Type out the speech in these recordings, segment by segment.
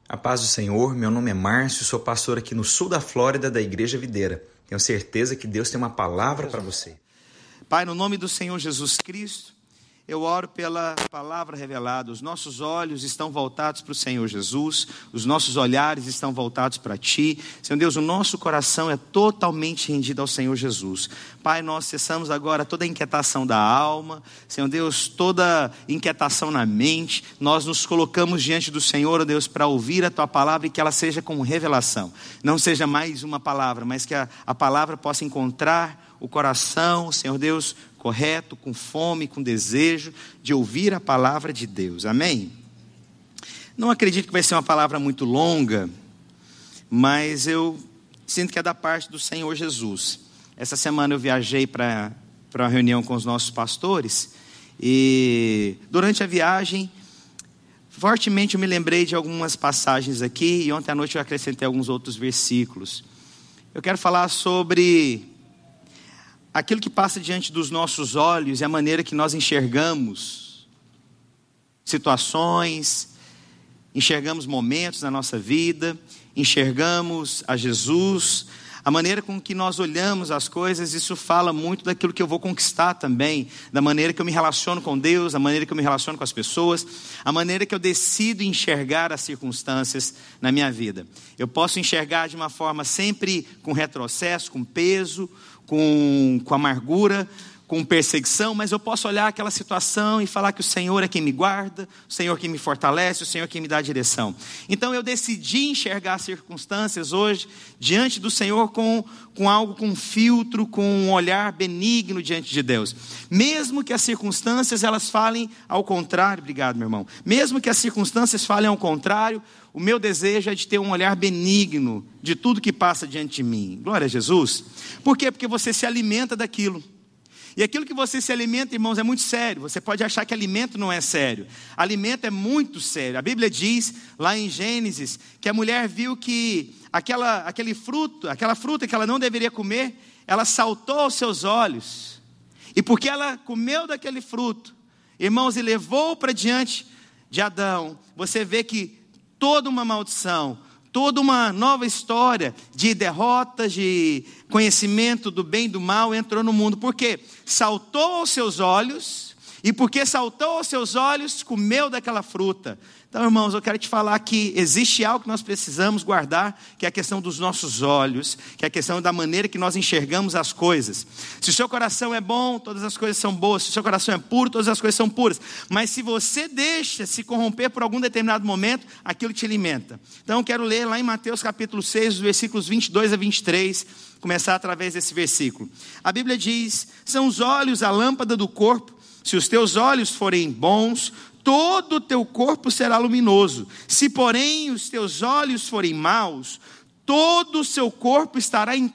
A paz do Senhor, meu nome é Márcio, sou pastor aqui no sul da Flórida da Igreja Videira. Tenho certeza que Deus tem uma palavra para você. Pai, no nome do Senhor Jesus Cristo, eu oro pela palavra revelada. Os nossos olhos estão voltados para o Senhor Jesus, os nossos olhares estão voltados para Ti. Senhor Deus, o nosso coração é totalmente rendido ao Senhor Jesus. Pai, nós cessamos agora toda a inquietação da alma, Senhor Deus, toda inquietação na mente. Nós nos colocamos diante do Senhor, ó Deus, para ouvir a Tua palavra e que ela seja com revelação. Não seja mais uma palavra, mas que a palavra possa encontrar o coração, Senhor Deus, correto, com fome, com desejo de ouvir a palavra de Deus. Amém? Não acredito que vai ser uma palavra muito longa, mas eu sinto que é da parte do Senhor Jesus. Essa semana eu viajei para uma reunião com os nossos pastores e durante a viagem, fortemente eu me lembrei de algumas passagens aqui e ontem à noite eu acrescentei alguns outros versículos. Eu quero falar sobre aquilo que passa diante dos nossos olhos e a maneira que nós enxergamos situações, enxergamos momentos na nossa vida, enxergamos a Jesus, a maneira com que nós olhamos as coisas. Isso fala muito daquilo que eu vou conquistar também, da maneira que eu me relaciono com Deus, da maneira que eu me relaciono com as pessoas, a maneira que eu decido enxergar as circunstâncias na minha vida. Eu posso enxergar de uma forma sempre com retrocesso, com peso, com amargura, com perseguição, mas eu posso olhar aquela situação e falar que o Senhor é quem me guarda, o Senhor quem me fortalece, o Senhor quem me dá a direção. Então eu decidi enxergar as circunstâncias hoje diante do Senhor com algo, com um filtro, com um olhar benigno diante de Deus. Mesmo que as circunstâncias elas falem ao contrário, obrigado meu irmão, mesmo que as circunstâncias falem ao contrário, o meu desejo é de ter um olhar benigno de tudo que passa diante de mim. Glória a Jesus. Por quê? Porque você se alimenta daquilo. E aquilo que você se alimenta, irmãos, é muito sério. Você pode achar que alimento não é sério. Alimento é muito sério. A Bíblia diz, lá em Gênesis, que a mulher viu que aquela fruta que ela não deveria comer, ela saltou aos seus olhos. E porque ela comeu daquele fruto, irmãos, e levou para diante de Adão, você vê que toda uma maldição, toda uma nova história de derrota, de conhecimento do bem e do mal entrou no mundo. Por quê? Saltou aos seus olhos, e porque saltou aos seus olhos, comeu daquela fruta. Então, irmãos, eu quero te falar que existe algo que nós precisamos guardar, que é a questão dos nossos olhos, que é a questão da maneira que nós enxergamos as coisas. Se o seu coração é bom, todas as coisas são boas. Se o seu coração é puro, todas as coisas são puras. Mas se você deixa se corromper por algum determinado momento, aquilo te alimenta. Então, eu quero ler lá em Mateus capítulo 6, os versículos 22 a 23, começar através desse versículo. A Bíblia diz: são os olhos a lâmpada do corpo. Se os teus olhos forem bons, todo o teu corpo será luminoso. Se, porém, os teus olhos forem maus, todo o seu corpo estará em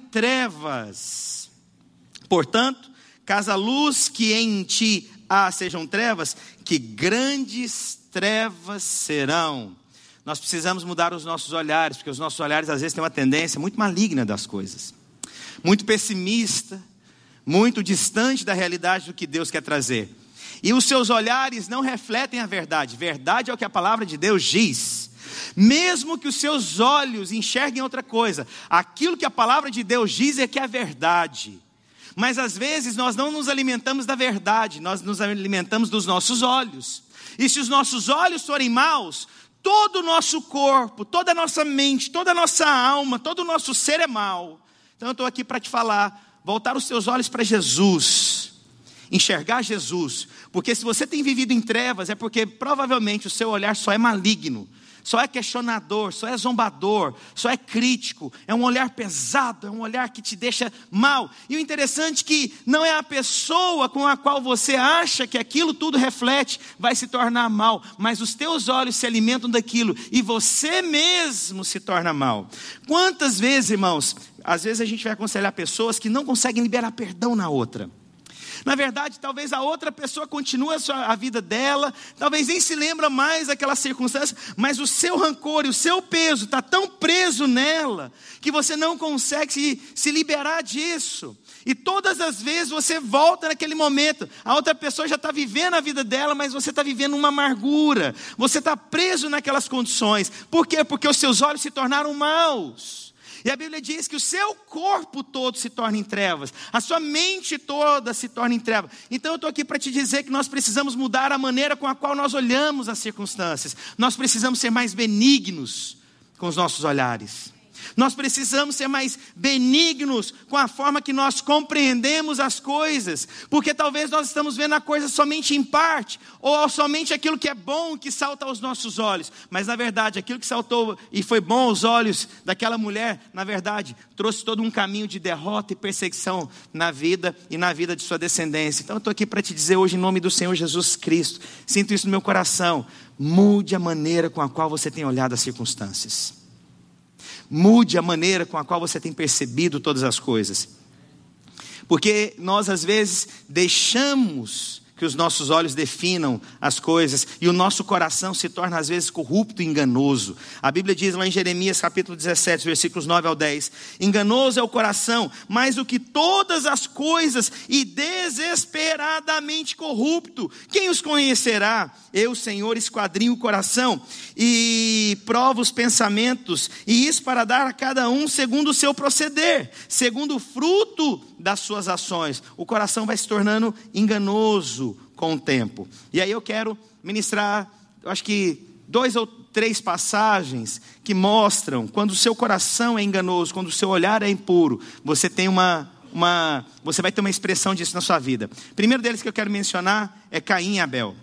trevas. Portanto, caso a luz que em ti há sejam trevas, que grandes trevas serão. Nós precisamos mudar os nossos olhares, porque os nossos olhares às vezes têm uma tendência muito maligna das coisas, muito pessimista, muito distante da realidade do que Deus quer trazer. E os seus olhares não refletem a verdade. Verdade é o que a palavra de Deus diz. Mesmo que os seus olhos enxerguem outra coisa, aquilo que a palavra de Deus diz é que é verdade. Mas às vezes nós não nos alimentamos da verdade, nós nos alimentamos dos nossos olhos. E se os nossos olhos forem maus, todo o nosso corpo, toda a nossa mente, toda a nossa alma, todo o nosso ser é mau. Então eu estou aqui para te falar, voltar os seus olhos para Jesus, enxergar Jesus, porque se você tem vivido em trevas, é porque provavelmente o seu olhar só é maligno, só é questionador, só é zombador, só é crítico, é um olhar pesado, é um olhar que te deixa mal. E o interessante é que não é a pessoa com a qual você acha que aquilo tudo reflete, vai se tornar mal, mas os teus olhos se alimentam daquilo, e você mesmo se torna mal. Quantas vezes, irmãos, às vezes a gente vai aconselhar pessoas que não conseguem liberar perdão na outra. Na verdade, talvez a outra pessoa continue a vida dela, talvez nem se lembra mais daquela circunstância, mas o seu rancor e o seu peso está tão preso nela, que você não consegue se liberar disso. E todas as vezes você volta naquele momento, a outra pessoa já está vivendo a vida dela, mas você está vivendo uma amargura, você está preso naquelas condições. Por quê? Porque os seus olhos se tornaram maus. E a Bíblia diz que o seu corpo todo se torna em trevas, a sua mente toda se torna em trevas. Então eu estou aqui para te dizer que nós precisamos mudar a maneira com a qual nós olhamos as circunstâncias. Nós precisamos ser mais benignos com os nossos olhares. Nós precisamos ser mais benignos com a forma que nós compreendemos as coisas, porque talvez nós estamos vendo a coisa somente em parte, ou somente aquilo que é bom que salta aos nossos olhos, mas na verdade aquilo que saltou e foi bom aos olhos daquela mulher, na verdade trouxe todo um caminho de derrota e perseguição na vida e na vida de sua descendência. Então eu estou aqui para te dizer hoje em nome do Senhor Jesus Cristo, sinto isso no meu coração, mude a maneira com a qual você tem olhado as circunstâncias. Mude a maneira com a qual você tem percebido todas as coisas. Porque nós às vezes deixamos que os nossos olhos definam as coisas, e o nosso coração se torna às vezes corrupto e enganoso. A Bíblia diz lá em Jeremias capítulo 17, versículos 9 ao 10, enganoso é o coração, mais do que todas as coisas, e desesperadamente corrupto. Quem os conhecerá? Eu, Senhor, esquadrinho o coração, e provo os pensamentos, e isso para dar a cada um segundo o seu proceder, segundo o fruto das suas ações. O coração vai se tornando enganoso com o tempo. E aí eu quero ministrar, eu acho que 2 ou 3 passagens que mostram quando o seu coração é enganoso, quando o seu olhar é impuro, você tem você vai ter uma expressão disso na sua vida. O primeiro deles que eu quero mencionar é Caim e Abel.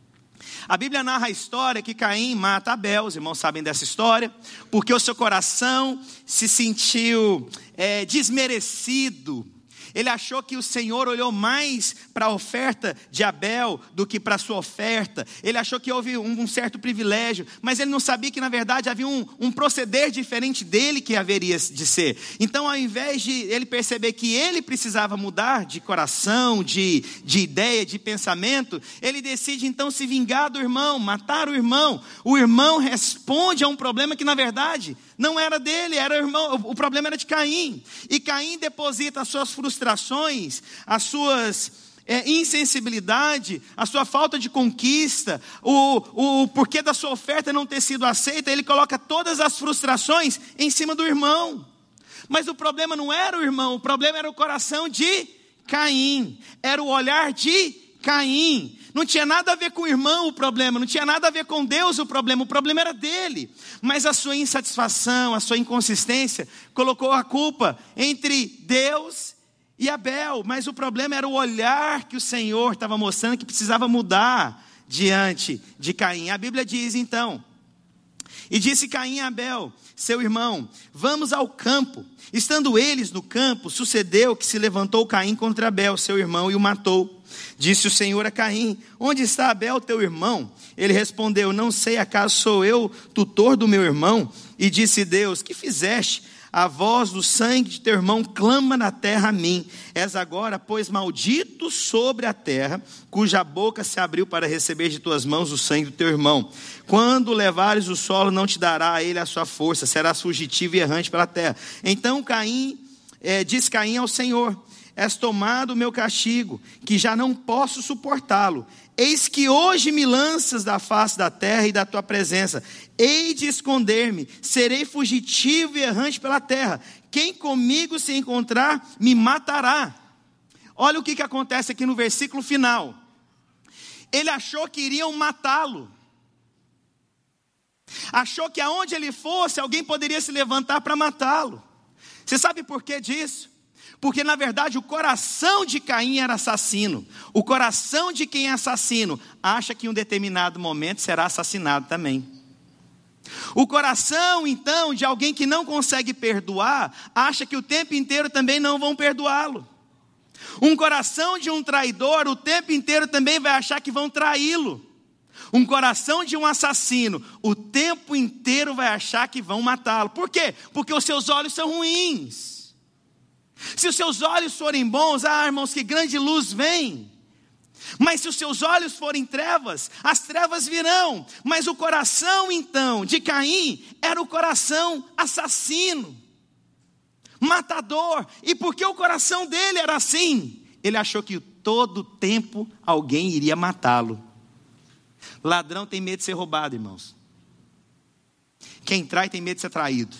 A Bíblia narra a história que Caim mata Abel, os irmãos sabem dessa história, porque o seu coração se sentiu desmerecido. Ele achou que o Senhor olhou mais para a oferta de Abel do que para a sua oferta. Ele achou que houve um certo privilégio, mas ele não sabia que na verdade havia um proceder diferente dele que haveria de ser. Então ao invés de ele perceber que ele precisava mudar de coração, de ideia, de pensamento, ele decide então se vingar do irmão, matar o irmão. O irmão responde a um problema que na verdade não era dele, era o irmão, o problema era de Caim. E Caim deposita as suas frustrações, as suas insensibilidade, a sua falta de conquista, o porquê da sua oferta não ter sido aceita. Ele coloca todas as frustrações em cima do irmão. Mas o problema não era o irmão, o problema era o coração de Caim, era o olhar de Caim. Não tinha nada a ver com o irmão o problema, não tinha nada a ver com Deus o problema era dele. Mas a sua insatisfação, a sua inconsistência, colocou a culpa entre Deus e Abel. Mas o problema era o olhar que o Senhor estava mostrando que precisava mudar diante de Caim. A Bíblia diz então, e disse Caim a Abel, seu irmão, vamos ao campo. Estando eles no campo, sucedeu que se levantou Caim contra Abel, seu irmão, e o matou. Disse o Senhor a Caim, onde está Abel, teu irmão? Ele respondeu, não sei, acaso sou eu tutor do meu irmão? E disse Deus, que fizeste? A voz do sangue de teu irmão clama na terra a mim. És agora, pois, maldito sobre a terra, cuja boca se abriu para receber de tuas mãos o sangue do teu irmão. Quando levares o solo, não te dará a ele a sua força, serás fugitivo e errante pela terra. Então disse Caim ao Senhor, és tomado o meu castigo, que já não posso suportá-lo. Eis que hoje me lanças da face da terra e da tua presença. Hei de esconder-me, serei fugitivo e errante pela terra. Quem comigo se encontrar, me matará. Olha o que acontece aqui no versículo final. Ele achou que iriam matá-lo. Achou que aonde ele fosse, alguém poderia se levantar para matá-lo. Você sabe por que disso? Porque na verdade o coração de Caim era assassino. O coração de quem é assassino acha que em um determinado momento será assassinado também. O coração então de alguém que não consegue perdoar acha que o tempo inteiro também não vão perdoá-lo. Um coração de um traidor o tempo inteiro também vai achar que vão traí-lo. Um coração de um assassino o tempo inteiro vai achar que vão matá-lo. Por quê? Porque os seus olhos são ruins. Se os seus olhos forem bons, irmãos, que grande luz vem. Mas se os seus olhos forem trevas, as trevas virão. Mas o coração então de Caim era o coração assassino, matador. E porque o coração dele era assim, ele achou que todo tempo alguém iria matá-lo. Ladrão tem medo de ser roubado, irmãos. Quem trai tem medo de ser traído.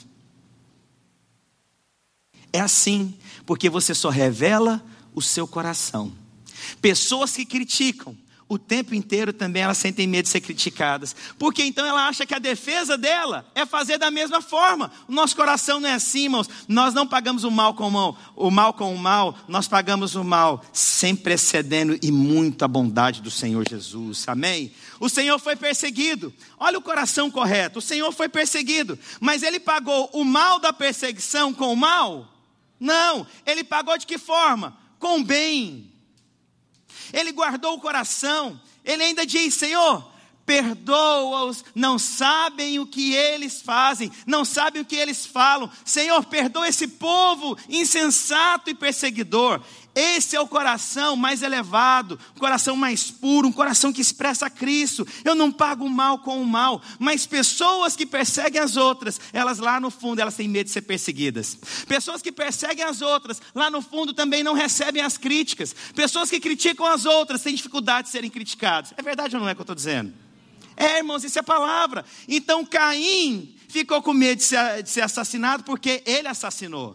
É assim, porque você só revela o seu coração. Pessoas que criticam o tempo inteiro também, elas sentem medo de ser criticadas, porque então ela acha que a defesa dela é fazer da mesma forma. O nosso coração não é assim, irmãos. Nós não pagamos o mal com o mal, nós pagamos o mal sempre excedendo e muito a bondade do Senhor Jesus, amém? O Senhor foi perseguido, olha o coração correto, o Senhor foi perseguido, mas Ele pagou o mal da perseguição com o mal? Não, Ele pagou de que forma? Com o bem. Ele guardou o coração. Ele ainda diz: Senhor, perdoa-os, não sabem o que eles fazem, não sabem o que eles falam. Senhor, perdoa esse povo insensato e perseguidor. Esse é o coração mais elevado, o coração mais puro, um coração que expressa Cristo. Eu não pago o mal com o mal, mas pessoas que perseguem as outras, elas lá no fundo, elas têm medo de ser perseguidas. Pessoas que perseguem as outras, lá no fundo também não recebem as críticas. Pessoas que criticam as outras, têm dificuldade de serem criticadas. É verdade ou não é que eu estou dizendo? É, irmãos, isso é palavra. Então Caim ficou com medo de ser assassinado porque ele assassinou.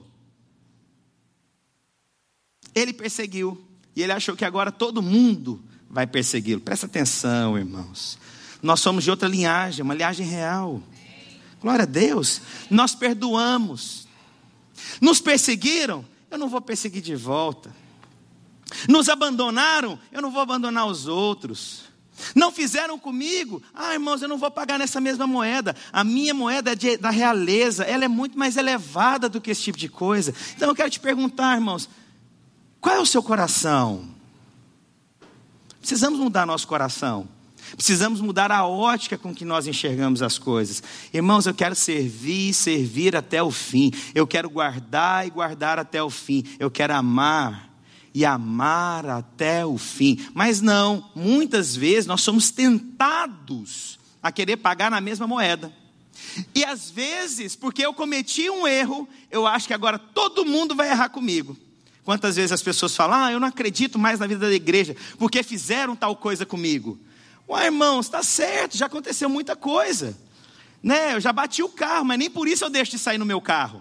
Ele perseguiu, e ele achou que agora todo mundo vai persegui-lo. Presta atenção, irmãos. Nós somos de outra linhagem, uma linhagem real. Glória a Deus. Nós perdoamos. Nos perseguiram, eu não vou perseguir de volta. Nos abandonaram, eu não vou abandonar os outros. Não fizeram comigo, irmãos, eu não vou pagar nessa mesma moeda. A minha moeda é da realeza, ela é muito mais elevada do que esse tipo de coisa. Então eu quero te perguntar, irmãos, qual é o seu coração? Precisamos mudar nosso coração. Precisamos mudar a ótica com que nós enxergamos as coisas. Irmãos, eu quero servir até o fim. Eu quero guardar e guardar até o fim. Eu quero amar e amar até o fim. Mas não, muitas vezes nós somos tentados a querer pagar na mesma moeda. E às vezes, porque eu cometi um erro, eu acho que agora todo mundo vai errar comigo. Quantas vezes as pessoas falam: eu não acredito mais na vida da igreja, porque fizeram tal coisa comigo. Irmãos, está certo, já aconteceu muita coisa, né? Eu já bati o carro, mas nem por isso eu deixo de sair no meu carro.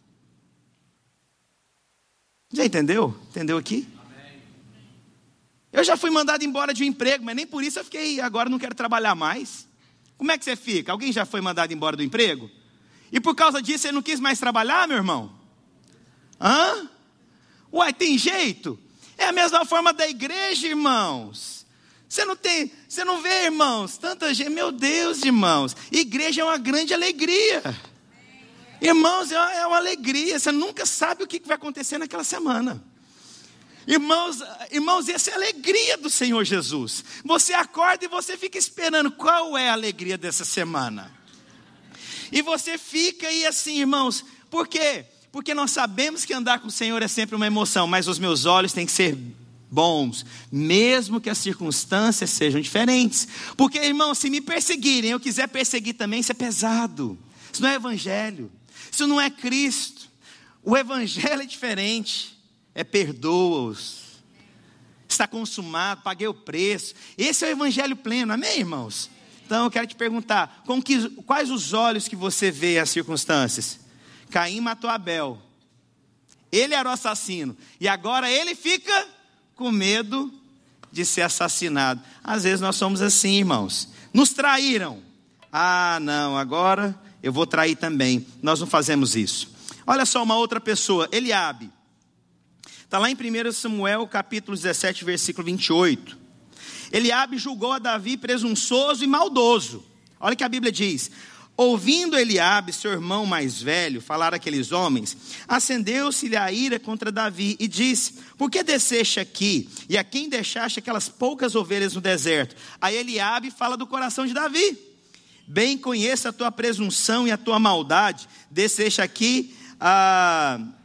Já entendeu? Entendeu aqui? Amém. Eu já fui mandado embora de um emprego, mas nem por isso eu fiquei, agora não quero trabalhar mais. Como é que você fica? Alguém já foi mandado embora do emprego? E por causa disso você não quis mais trabalhar, meu irmão? Tem jeito? É a mesma forma da igreja, irmãos. Você não vê, irmãos, tanta gente. Meu Deus, irmãos, igreja é uma grande alegria. Irmãos, é uma alegria. Você nunca sabe o que vai acontecer naquela semana. Irmãos, essa é a alegria do Senhor Jesus. Você acorda e você fica esperando qual é a alegria dessa semana. E você fica aí assim, irmãos, por quê? Porque nós sabemos que andar com o Senhor é sempre uma emoção, mas os meus olhos têm que ser bons, mesmo que as circunstâncias sejam diferentes. Porque, irmão, se me perseguirem, eu quiser perseguir também, isso é pesado. Isso não é evangelho, isso não é Cristo. O evangelho é diferente. É perdoa-os, está consumado, paguei o preço. Esse é o evangelho pleno, amém, irmãos? Então eu quero te perguntar, quais os olhos que você vê as circunstâncias? Caim matou Abel, ele era o assassino, e agora ele fica com medo de ser assassinado. Às vezes nós somos assim, irmãos. Nos traíram, não, agora eu vou trair também. Nós não fazemos isso. Olha só uma outra pessoa, Eliabe. Está lá em 1 Samuel capítulo 17, versículo 28. Eliabe julgou a Davi presunçoso e maldoso. Olha o que a Bíblia diz. Ouvindo Eliabe, seu irmão mais velho, falar aqueles homens, acendeu-se-lhe a ira contra Davi e disse: por que desceste aqui? E a quem deixaste aquelas poucas ovelhas no deserto? Aí Eliabe fala do coração de Davi. Bem conheço a tua presunção e a tua maldade. Desceste aqui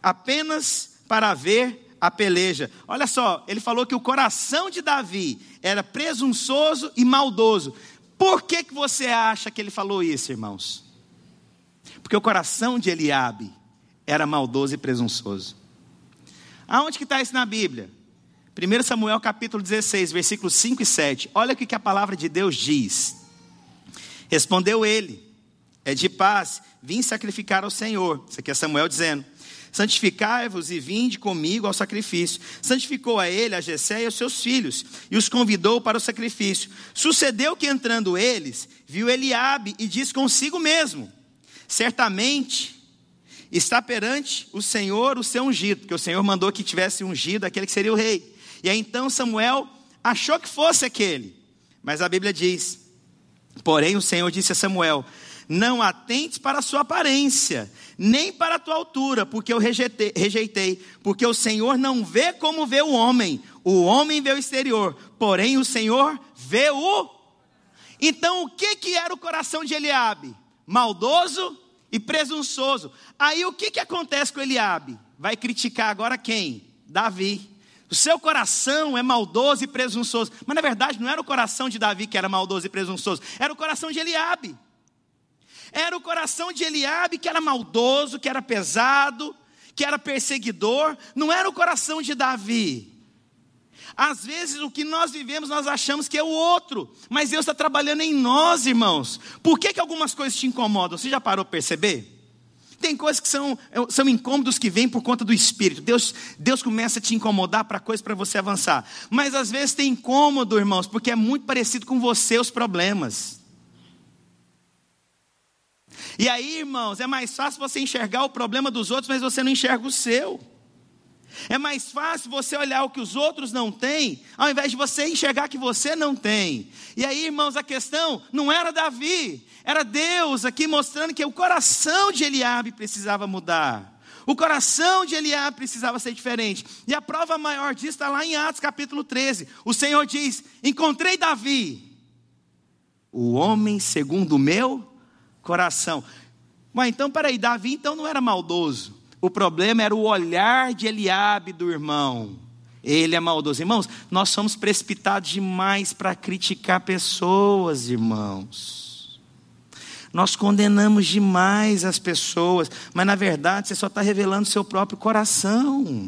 apenas para ver a peleja. Olha só, ele falou que o coração de Davi era presunçoso e maldoso. Por que você acha que ele falou isso, irmãos? Porque o coração de Eliabe era maldoso e presunçoso. Aonde que está isso na Bíblia? 1 Samuel capítulo 16, versículos 5 e 7. Olha o que a palavra de Deus diz. Respondeu ele: é de paz, vim sacrificar ao Senhor. Isso aqui é Samuel dizendo: santificai-vos e vinde comigo ao sacrifício. Santificou a ele, a Jessé e aos seus filhos, e os convidou para o sacrifício. Sucedeu que entrando eles, viu Eliabe e disse consigo mesmo: certamente está perante o Senhor o seu ungido, porque o Senhor mandou que tivesse ungido aquele que seria o rei. E aí então Samuel achou que fosse aquele, mas a Bíblia diz: porém o Senhor disse a Samuel: não atentes para a sua aparência, nem para a tua altura, porque eu rejeitei, porque o Senhor não vê como vê o homem vê o exterior, porém o Senhor vê o... Então o que era o coração de Eliabe? Maldoso e presunçoso. Aí o que acontece com Eliabe? Vai criticar agora quem? Davi. O seu coração é maldoso e presunçoso, mas na verdade não era o coração de Davi que era maldoso e presunçoso, era o coração de Eliabe. Era o coração de Eliabe que era maldoso, que era pesado, que era perseguidor. Não era o coração de Davi. Às vezes o que nós vivemos nós achamos que é o outro, mas Deus está trabalhando em nós, irmãos. Por que algumas coisas te incomodam? Você já parou para perceber? Tem coisas que são incômodos que vêm por conta do Espírito. Deus começa a te incomodar para coisas para você avançar. Mas às vezes tem incômodo, irmãos, porque é muito parecido com você os problemas. E aí, irmãos, é mais fácil você enxergar o problema dos outros, mas você não enxerga o seu. É mais fácil você olhar o que os outros não têm, ao invés de você enxergar que você não tem. E aí, irmãos, a questão não era Davi, era Deus aqui mostrando que o coração de Eliabe precisava mudar. O coração de Eliabe precisava ser diferente. E a prova maior disso está lá em Atos capítulo 13. O Senhor diz: encontrei Davi, o homem segundo o meu coração. Mas então, peraí, Davi então não era maldoso. O problema era o olhar de Eliabe do irmão. Ele é maldoso. Irmãos, nós somos precipitados demais para criticar pessoas, irmãos. Nós condenamos demais as pessoas, mas na verdade você só está revelando o seu próprio coração.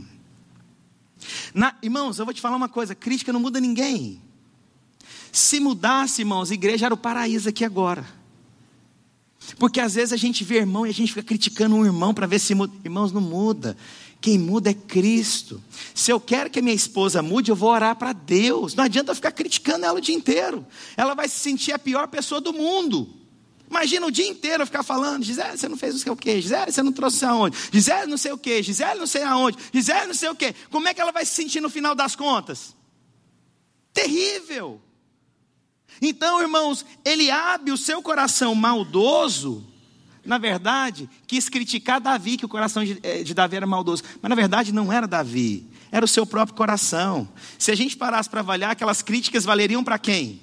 Irmãos, eu vou te falar uma coisa: crítica não muda ninguém. Se mudasse, irmãos, a igreja era o paraíso aqui agora. Porque às vezes a gente vê irmão e a gente fica criticando um irmão para ver se muda. Irmãos, não muda. Quem muda é Cristo. Se eu quero que a minha esposa mude, eu vou orar para Deus. Não adianta eu ficar criticando ela o dia inteiro. Ela vai se sentir a pior pessoa do mundo. Imagina o dia inteiro eu ficar falando: Gisele, você não fez não sei o quê, Gisele, você não trouxe aonde, Gisele não sei o quê, Gisele não sei aonde, Gisele não sei o quê. Como é que ela vai se sentir no final das contas? Terrível. Então, irmãos, Eliabe, o seu coração maldoso, na verdade, quis criticar Davi, que o coração de Davi era maldoso. Mas na verdade não era Davi, era o seu próprio coração. Se a gente parasse para avaliar, aquelas críticas valeriam para quem?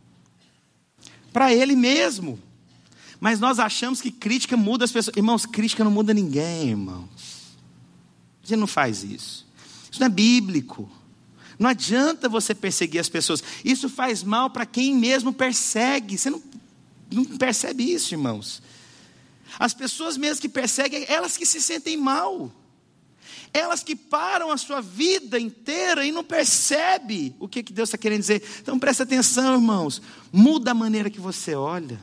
Para ele mesmo. Mas nós achamos que crítica muda as pessoas. Irmãos, crítica não muda ninguém, irmãos. A gente não faz isso. Isso não é bíblico. Não adianta você perseguir as pessoas. Isso faz mal para quem mesmo persegue. Você não percebe isso, irmãos. As pessoas mesmo que perseguem, elas que se sentem mal. Elas que param a sua vida inteira e não percebem o que Deus está querendo dizer. Então presta atenção, irmãos. Muda a maneira que você olha.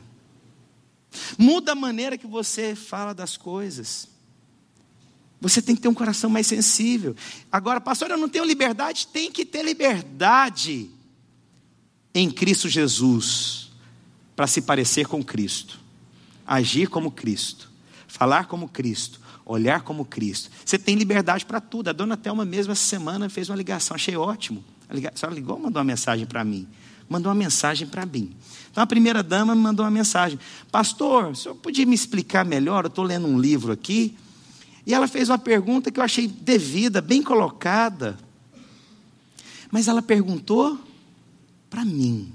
Muda a maneira que você fala das coisas. Você tem que ter um coração mais sensível. Agora, pastor, eu não tenho liberdade? Tem que ter liberdade em Cristo Jesus, para se parecer com Cristo, agir como Cristo, falar como Cristo, olhar como Cristo. Você tem liberdade para tudo. A dona Thelma mesmo essa semana fez uma ligação, achei ótimo. A senhora ligou ou mandou uma mensagem para mim? Mandou uma mensagem para mim. Então a primeira dama me mandou uma mensagem: pastor, o senhor podia me explicar melhor? Eu estou lendo um livro aqui. E ela fez uma pergunta que eu achei devida, bem colocada. Mas ela perguntou para mim.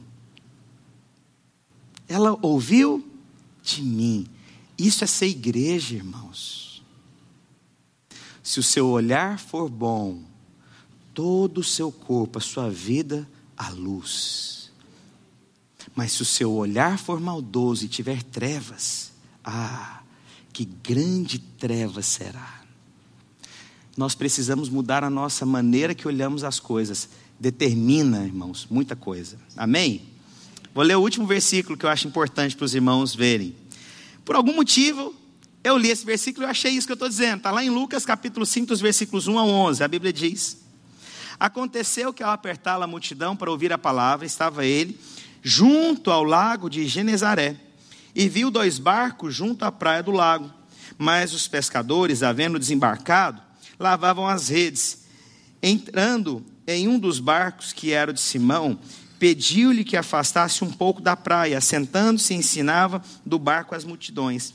Ela ouviu de mim. Isso é ser igreja, irmãos. Se o seu olhar for bom, todo o seu corpo, a sua vida, a luz. Mas se o seu olhar for maldoso e tiver trevas, que grande treva será. Nós precisamos mudar a nossa maneira que olhamos as coisas. Determina, irmãos, muita coisa. Amém? Vou ler o último versículo que eu acho importante para os irmãos verem. Por algum motivo, eu li esse versículo e eu achei isso que eu estou dizendo. Está lá em Lucas capítulo 5, dos versículos 1 a 11. A Bíblia diz: aconteceu que ao apertá-la a multidão para ouvir a palavra, estava ele junto ao lago de Genezaré, e viu 2 barcos junto à praia do lago. Mas os pescadores, havendo desembarcado, lavavam as redes. Entrando em um dos barcos, que era o de Simão, pediu-lhe que afastasse um pouco da praia. Assentando-se, ensinava do barco as multidões.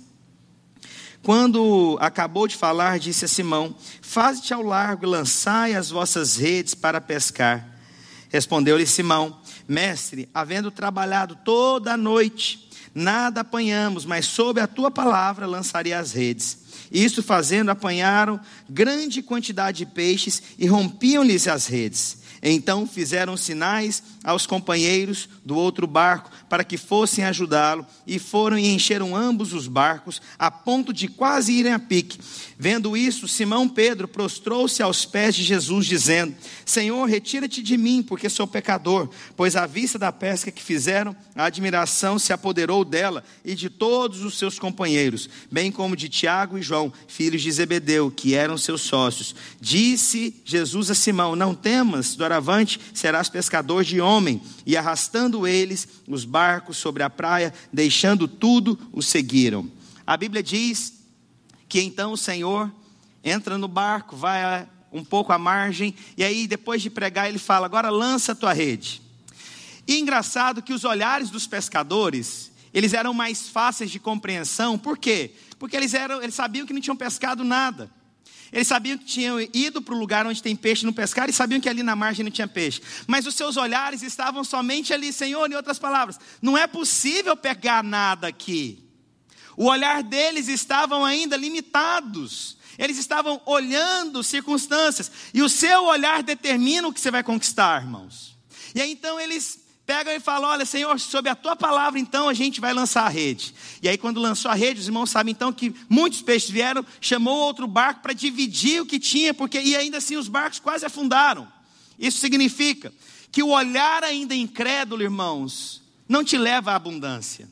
Quando acabou de falar, disse a Simão: faze-te ao largo e lançai as vossas redes para pescar. Respondeu-lhe Simão: mestre, havendo trabalhado toda a noite, nada apanhamos, mas sob a tua palavra lançaria as redes. Isto fazendo, apanharam grande quantidade de peixes e rompiam-lhes as redes. Então fizeram sinais aos companheiros do outro barco para que fossem ajudá-lo, e foram e encheram ambos os barcos a ponto de quase irem a pique. Vendo isso, Simão Pedro prostrou-se aos pés de Jesus, dizendo: Senhor, retira-te de mim, porque sou pecador. Pois à vista da pesca que fizeram, a admiração se apoderou dela e de todos os seus companheiros, bem como de Tiago e João, filhos de Zebedeu, que eram seus sócios. Disse Jesus a Simão: não temas, doravante serás pescador de homem. E arrastando eles os barcos sobre a praia, deixando tudo, o seguiram. A Bíblia diz que então o Senhor entra no barco, vai um pouco à margem, e aí depois de pregar ele fala: agora lança a tua rede. E engraçado que os olhares dos pescadores, eles eram mais fáceis de compreensão. Por quê? Porque eles sabiam que não tinham pescado nada. Eles sabiam que tinham ido para o lugar onde tem peixe, não pescaram, e sabiam que ali na margem não tinha peixe. Mas os seus olhares estavam somente ali. Senhor, em outras palavras, não é possível pegar nada aqui. O olhar deles estavam ainda limitados. Eles estavam olhando circunstâncias. E o seu olhar determina o que você vai conquistar, irmãos. E aí então eles pegam e falam: olha, Senhor, sob a tua palavra então a gente vai lançar a rede. E aí quando lançou a rede, os irmãos sabem então que muitos peixes vieram, chamou outro barco para dividir o que tinha, e ainda assim os barcos quase afundaram. Isso significa que o olhar ainda incrédulo, irmãos, não te leva à abundância.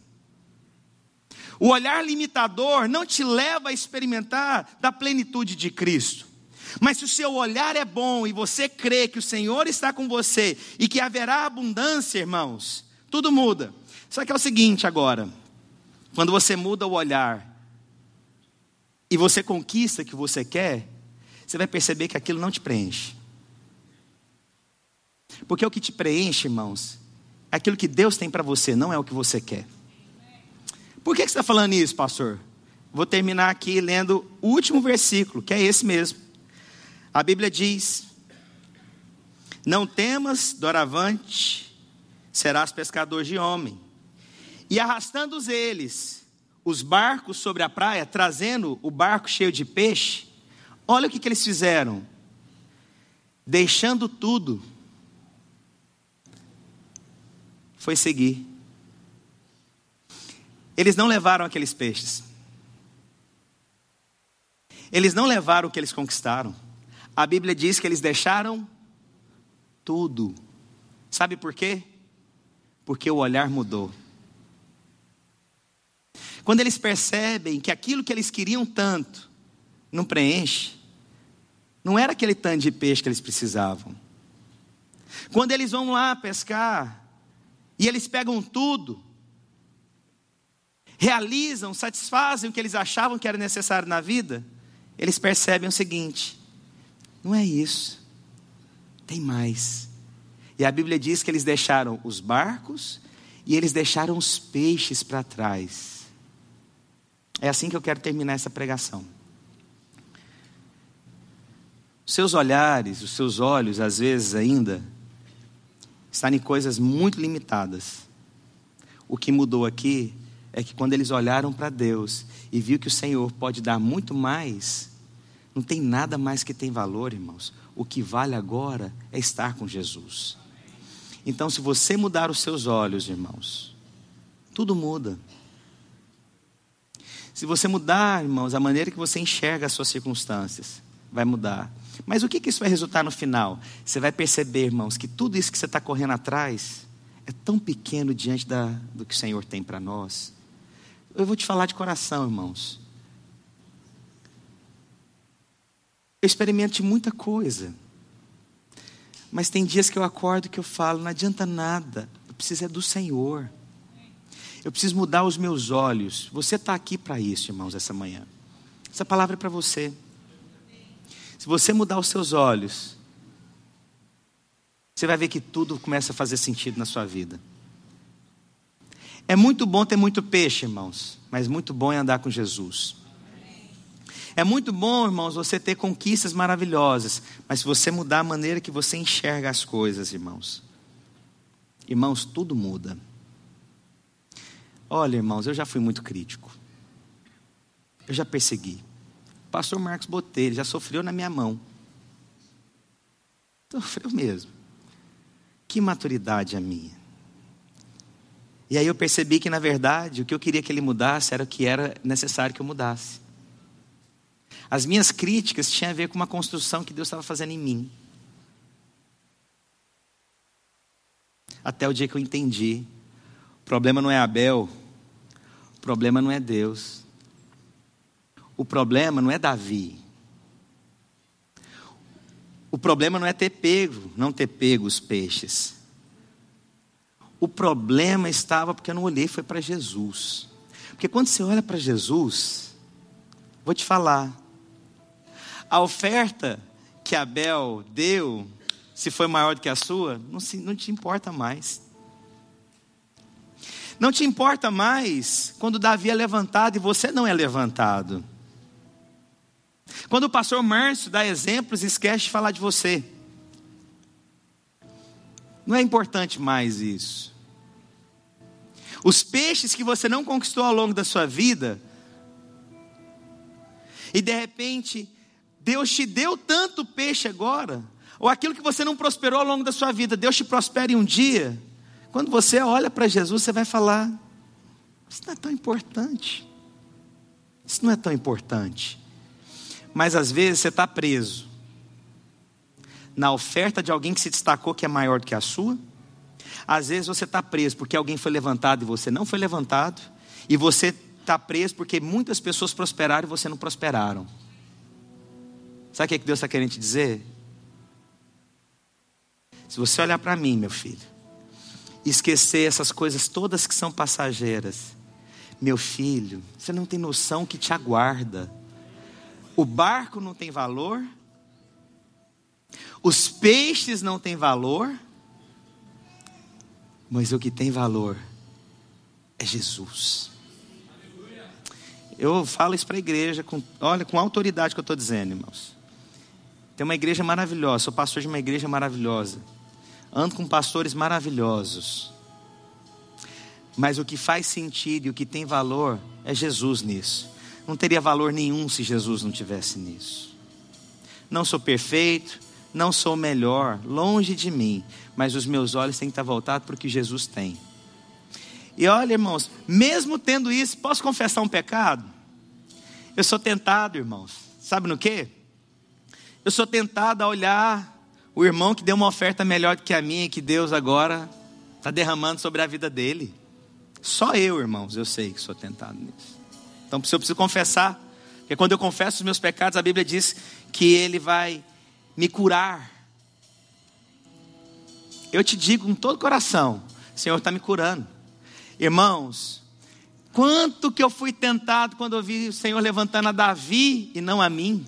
O olhar limitador não te leva a experimentar da plenitude de Cristo. Mas se o seu olhar é bom e você crê que o Senhor está com você e que haverá abundância, irmãos, tudo muda. Só que é o seguinte agora: quando você muda o olhar e você conquista o que você quer, você vai perceber que aquilo não te preenche. Porque o que te preenche, irmãos, é aquilo que Deus tem para você, não é o que você quer. Por que você está falando isso, pastor? Vou terminar aqui lendo o último versículo, que é esse mesmo. A Bíblia diz: não temas, doravante serás pescador de homem. E arrastando eles os barcos sobre a praia, trazendo o barco cheio de peixe, olha o que eles fizeram. Deixando tudo, foi seguir. Eles não levaram aqueles peixes. Eles não levaram o que eles conquistaram. A Bíblia diz que eles deixaram tudo. Sabe por quê? Porque o olhar mudou. Quando eles percebem que aquilo que eles queriam tanto não preenche, não era aquele tanto de peixe que eles precisavam. Quando eles vão lá pescar e eles pegam tudo, realizam, satisfazem o que eles achavam que era necessário na vida, eles percebem o seguinte: não é isso, tem mais. E a Bíblia diz que eles deixaram os barcos e eles deixaram os peixes para trás. É assim que eu quero terminar essa pregação. Seus olhares, os seus olhos, às vezes ainda, estão em coisas muito limitadas. O que mudou aqui é que quando eles olharam para Deus e viu que o Senhor pode dar muito mais, Não tem nada mais que tem valor, irmãos. O que vale agora é estar com Jesus. Então, se você mudar os seus olhos, irmãos, tudo muda. Se você mudar, irmãos, a maneira que você enxerga as suas circunstâncias, vai mudar. Mas o que isso vai resultar no final? Você vai perceber, irmãos, que tudo isso que você está correndo atrás é tão pequeno diante do que o Senhor tem para nós. Eu vou te falar de coração, irmãos. Eu experimento muita coisa. Mas tem dias que eu acordo que eu falo, não adianta nada. Eu preciso é do Senhor. Eu preciso mudar os meus olhos. Você está aqui para isso, irmãos, essa manhã. Essa palavra é para você. Se você mudar os seus olhos, você vai ver que tudo começa a fazer sentido na sua vida. É muito bom ter muito peixe, irmãos, mas muito bom é andar com Jesus. É muito bom, irmãos, você ter conquistas maravilhosas, mas se você mudar a maneira que você enxerga as coisas, irmãos, tudo muda. Olha, irmãos, eu já fui muito crítico. Eu já persegui. O pastor Marcos Botelho já sofreu na minha mão. Sofreu mesmo. Que maturidade a minha. E aí eu percebi que, na verdade, o que eu queria que ele mudasse era o que era necessário que eu mudasse. As minhas críticas tinham a ver com uma construção que Deus estava fazendo em mim. Até o dia que eu entendi. O problema não é Abel. O problema não é Deus. O problema não é Davi. O problema não é não ter pego os peixes. O problema estava porque eu não olhei, foi para Jesus. Porque quando você olha para Jesus, vou te falar, a oferta que Abel deu, se foi maior do que a sua, não te importa mais. Não te importa mais quando Davi é levantado e você não é levantado. Quando o pastor Márcio dá exemplos, esquece de falar de você. Não é importante mais isso. Os peixes que você não conquistou ao longo da sua vida, e de repente Deus te deu tanto peixe agora, ou aquilo que você não prosperou ao longo da sua vida, Deus te prospere um dia. Quando você olha para Jesus, você vai falar, isso não é tão importante. Isso não é tão importante. Mas às vezes você está preso na oferta de alguém que se destacou que é maior do que a sua. Às vezes você está preso porque alguém foi levantado e você não foi levantado. E você está preso porque muitas pessoas prosperaram e você não prosperaram. Sabe o que Deus está querendo te dizer? Se você olhar para mim, meu filho, e esquecer essas coisas todas que são passageiras, meu filho, você não tem noção que te aguarda. O barco não tem valor, os peixes não têm valor, mas o que tem valor é Jesus. Eu falo isso para a igreja, com autoridade que eu estou dizendo, irmãos. Tem uma igreja maravilhosa, sou pastor de uma igreja maravilhosa, ando com pastores maravilhosos, mas o que faz sentido e o que tem valor é Jesus nisso. Não teria valor nenhum se Jesus não tivesse nisso. Não sou perfeito, não sou o melhor, longe de mim, mas os meus olhos têm que estar voltados para o que Jesus tem. E olha, irmãos, mesmo tendo isso, posso confessar um pecado? Eu sou tentado, irmãos, sabe no quê? Eu sou tentado a olhar o irmão que deu uma oferta melhor do que a minha, que Deus agora está derramando sobre a vida dele. Só eu, irmãos, eu sei que sou tentado nisso. Então eu preciso confessar, porque quando eu confesso os meus pecados, a Bíblia diz que Ele vai me curar. Eu te digo com todo o coração, o Senhor está me curando. Irmãos, quanto que eu fui tentado quando eu vi o Senhor levantando a Davi e não a mim.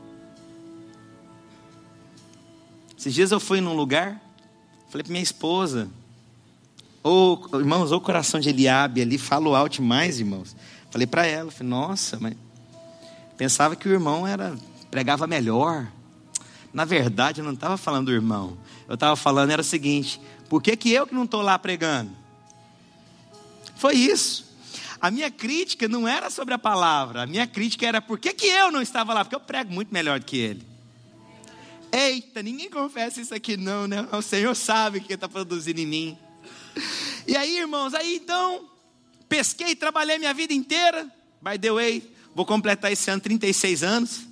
Esses dias eu fui num lugar, falei para minha esposa, irmãos, o coração de Eliabe ali, falo alto demais, irmãos. Falei para ela, falei, nossa, mas pensava que o irmão pregava melhor. Na verdade, eu não estava falando do irmão. Eu estava falando, era o seguinte, por que eu que não estou lá pregando? Foi isso. A minha crítica não era sobre a palavra. A minha crítica era por que eu não estava lá? Porque eu prego muito melhor do que ele. Eita, ninguém confessa isso aqui não, né? O Senhor sabe o que está produzindo em mim. E aí, irmãos, então, pesquei, trabalhei minha vida inteira. By the way, vou completar esse ano 36 anos.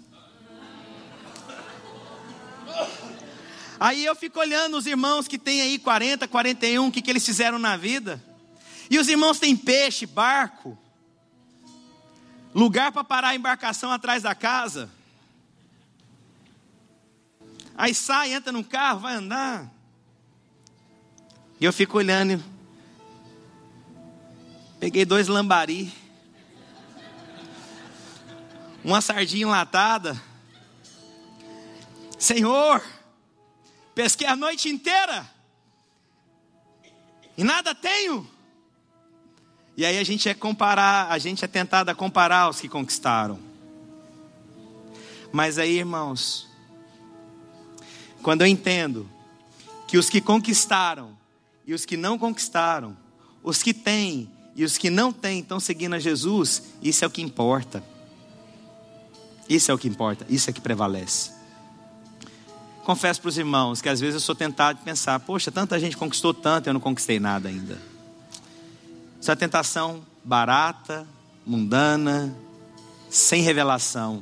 Aí eu fico olhando os irmãos que têm aí 40, 41, o que eles fizeram na vida. E os irmãos têm peixe, barco, lugar para parar a embarcação atrás da casa. Aí sai, entra num carro, vai andar. E eu fico olhando. Peguei 2 lambari, uma sardinha enlatada. Senhor, pesquei a noite inteira e nada tenho. E aí a gente é tentado a comparar os que conquistaram. Mas aí, irmãos, quando eu entendo que os que conquistaram e os que não conquistaram, os que têm e os que não têm estão seguindo a Jesus, isso é o que importa. Isso é o que importa, isso é que prevalece. Confesso para os irmãos que às vezes eu sou tentado de pensar, poxa, tanta gente conquistou tanto e eu não conquistei nada ainda. Isso é uma tentação barata, mundana, sem revelação.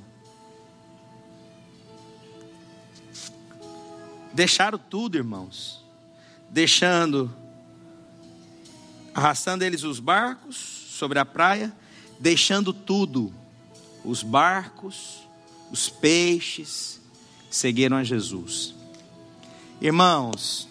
Deixaram tudo, irmãos. Arrastando eles os barcos sobre a praia, deixando tudo. Os barcos, os peixes, seguiram a Jesus. Irmãos,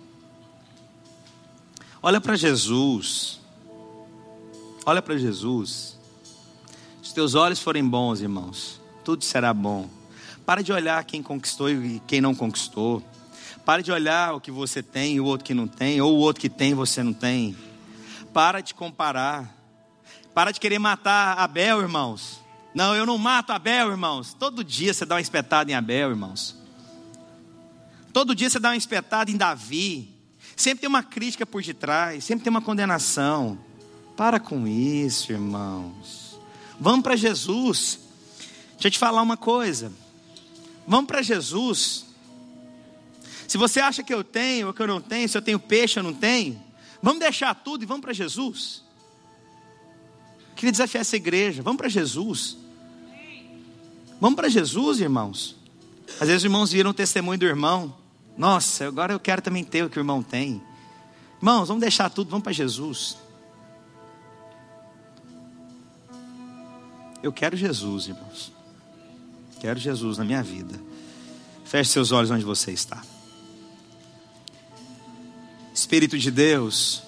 olha para Jesus. Olha para Jesus. Se os teus olhos forem bons, irmãos, tudo será bom. Para de olhar quem conquistou e quem não conquistou. Para de olhar o que você tem e o outro que não tem, ou o outro que tem e você não tem. Para de comparar. Para de querer matar Abel, irmãos. Não, eu não mato Abel, irmãos. Todo dia você dá uma espetada em Abel, irmãos. Todo dia você dá uma espetada em Davi. Sempre tem uma crítica por detrás, sempre tem uma condenação. Para com isso, irmãos. Vamos para Jesus. Deixa eu te falar uma coisa. Vamos para Jesus. Se você acha que eu tenho ou que eu não tenho, se eu tenho peixe ou não tenho, vamos deixar tudo e vamos para Jesus. Queria desafiar essa igreja. Vamos para Jesus. Vamos para Jesus, irmãos. Às vezes os irmãos viram o testemunho do irmão. Nossa, agora eu quero também ter o que o irmão tem. Irmãos, vamos deixar tudo, vamos para Jesus. Eu quero Jesus, irmãos. Quero Jesus na minha vida. Feche seus olhos onde você está. Espírito de Deus,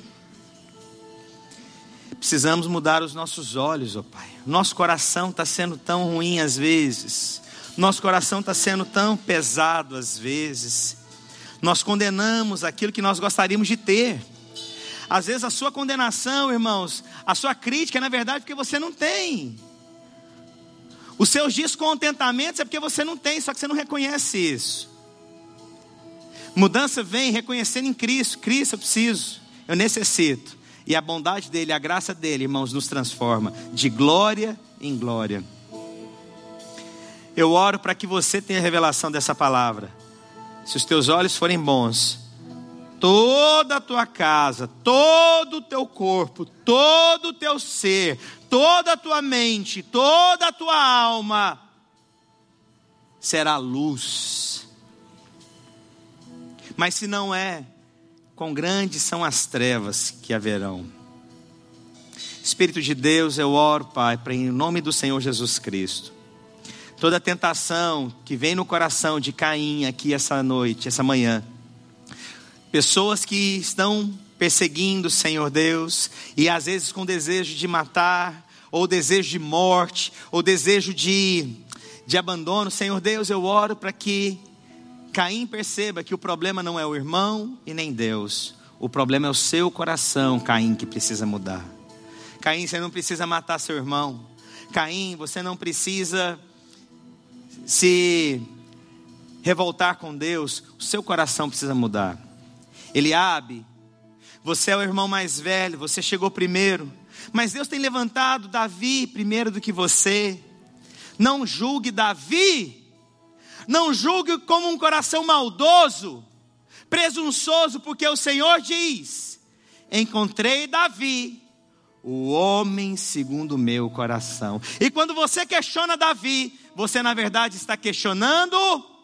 precisamos mudar os nossos olhos, ó Pai. Nosso coração está sendo tão ruim às vezes. Nosso coração está sendo tão pesado às vezes. Nós condenamos aquilo que nós gostaríamos de ter. Às vezes a sua condenação, irmãos, a sua crítica é na verdade porque você não tem. Os seus descontentamentos é porque você não tem, só que você não reconhece isso. Mudança vem reconhecendo em Cristo. Cristo, eu preciso, eu necessito. E a bondade dele, a graça dele, irmãos, nos transforma de glória em glória. Eu oro para que você tenha a revelação dessa palavra. Se os teus olhos forem bons, toda a tua casa, todo o teu corpo, todo o teu ser, toda a tua mente, toda a tua alma será luz. Mas se não é, quão grandes são as trevas que haverão. Espírito de Deus, eu oro, Pai, para em nome do Senhor Jesus Cristo, toda tentação que vem no coração de Caim aqui essa noite, essa manhã, pessoas que estão perseguindo, Senhor Deus, e às vezes com desejo de matar, ou desejo de morte, ou desejo de abandono, Senhor Deus, eu oro para que Caim perceba que o problema não é o irmão e nem Deus. O problema é o seu coração, Caim, que precisa mudar. Caim, você não precisa matar seu irmão. Caim, você não precisa se revoltar com Deus. O seu coração precisa mudar. Eliabe, você é o irmão mais velho, você chegou primeiro. Mas Deus tem levantado Davi primeiro do que você. Não julgue Davi. Não julgue como um coração maldoso, presunçoso, porque o Senhor diz: encontrei Davi, o homem segundo o meu coração. E quando você questiona Davi, você na verdade está questionando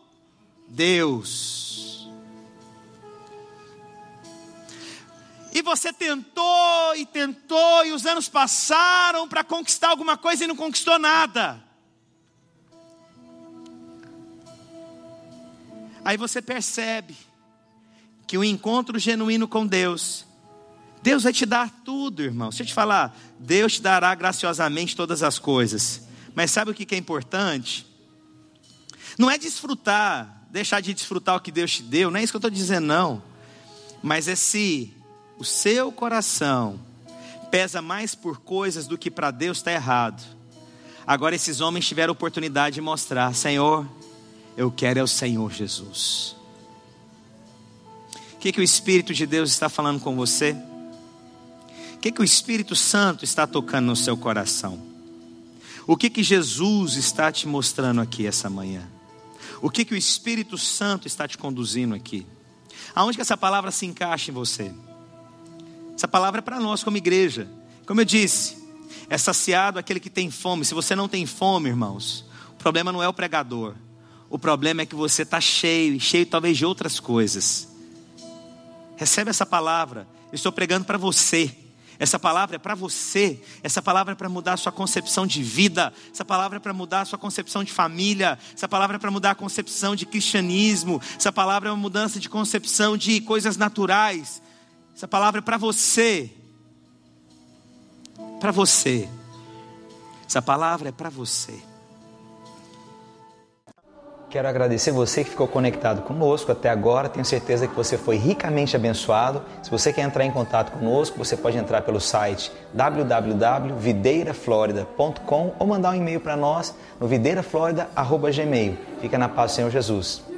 Deus. E você tentou, e os anos passaram para conquistar alguma coisa e não conquistou nada. Aí você percebe que o encontro genuíno com Deus, Deus vai te dar tudo, irmão. Deixa eu te falar, Deus te dará graciosamente todas as coisas. Mas sabe o que é importante? Não é desfrutar, deixar de desfrutar o que Deus te deu, não é isso que eu estou dizendo não. Mas é se o seu coração pesa mais por coisas do que para Deus está errado. Agora esses homens tiveram a oportunidade de mostrar: Senhor, eu quero é o Senhor Jesus. O que o Espírito de Deus está falando com você? O que o Espírito Santo está tocando no seu coração? O que Jesus está te mostrando aqui essa manhã? O que o Espírito Santo está te conduzindo aqui? Aonde que essa palavra se encaixa em você? Essa palavra é para nós como igreja. Como eu disse, é saciado aquele que tem fome. Se você não tem fome, irmãos, o problema não é o pregador. O problema é que você está cheio talvez de outras coisas. Recebe essa palavra. Eu estou pregando para você. Essa palavra é para você. Essa palavra é para mudar a sua concepção de vida. Essa palavra é para mudar a sua concepção de família. Essa palavra é para mudar a concepção de cristianismo. Essa palavra é uma mudança de concepção de coisas naturais. Essa palavra é para você. Para você. Essa palavra é para você. Quero agradecer você que ficou conectado conosco até agora. Tenho certeza que você foi ricamente abençoado. Se você quer entrar em contato conosco, você pode entrar pelo site www.videiraflorida.com ou mandar um e-mail para nós no videiraflorida@gmail.com. Fica na paz do Senhor Jesus.